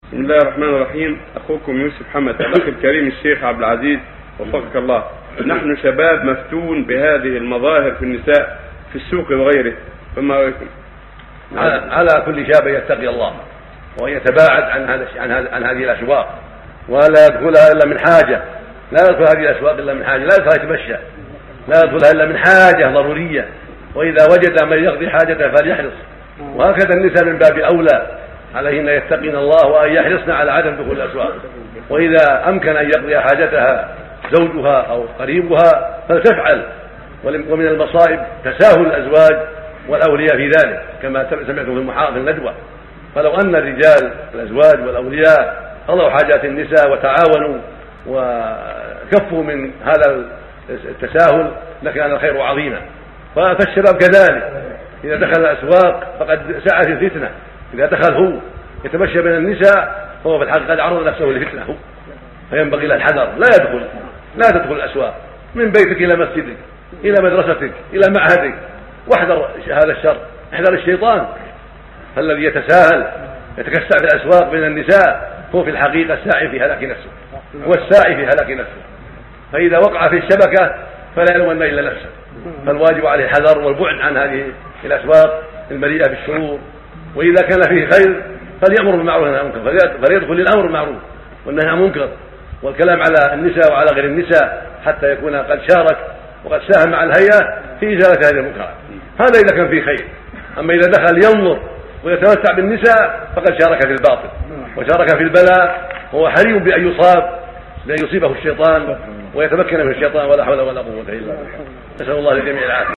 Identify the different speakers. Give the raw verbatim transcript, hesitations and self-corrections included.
Speaker 1: بسم الله الرحمن الرحيم. أخوكم يوسف محمد، الأخ الكريم الشيخ عبد العزيز وفقك الله. نحن شباب مفتون بهذه المظاهر في النساء في السوق وغيره، فما رأيكم؟
Speaker 2: على, على كل شاب يتقي الله وأن يتباعد عن هذا عن, عن هذه الأسواق، ولا يدخلها إلا من حاجة. لا يدخل هذه الأسواق إلا من حاجة، لا يدخل يتمشى، لا يدخلها إلا من حاجة ضرورية، وإذا وجد من يقضي حاجته فليحرص. وهكذا النساء من باب أولى عليهن يتقين الله وأن يحرصن على عدم دخول الأسواق، وإذا أمكن أن يقضي حاجتها زوجها أو قريبها فلتفعل. ومن المصائب تساهل الأزواج والأولياء في ذلك، كما سمعتم في الندوة. فلو أن الرجال الأزواج والأولياء قضوا حاجات النساء وتعاونوا وكفوا من هذا التساهل لكان الخير عظيما. فالشباب كذلك إذا دخل الأسواق فقد سعى في الفتنة. إذا دخل هو يتمشى بين النساء فهو في الحقيقة قد عرض نفسه للفتنة هو، فينبغي له الحذر. لا يدخل لا تدخل الأسواق، من بيتك إلى مسجدك إلى مدرستك إلى معهدك، واحذر هذا الشر، احذر الشيطان. فالذي يتساهل يتكسع في الأسواق بين النساء هو في الحقيقة الساعي في هلاك نفسه، هو الساعي في هلاك نفسه. فإذا وقع في الشبكة فلا يلومن إلا نفسه. فالواجب عليه الحذر والبعد عن هذه الأسواق المليئة بالشرور. وإذا كان فيه خير فليأمر بالمعروف والنهي عن المنكر، فليدخل للأمر بالمعروف والنهي عن المنكر والكلام على النساء وعلى غير النساء حتى يكون قد شارك وقد ساهم مع الهيئة في إزالة هذه المنكرات. هذا إذا كان فيه خير. أما إذا دخل ينظر ويتمتع بالنساء فقد شارك في الباطل وشارك في البلاء، وهو حري بأن يصاب بأن يصيبه الشيطان ويتمكن من الشيطان، ولا حول ولا قوة إلا بالله. نسأل الله للجميع العافية.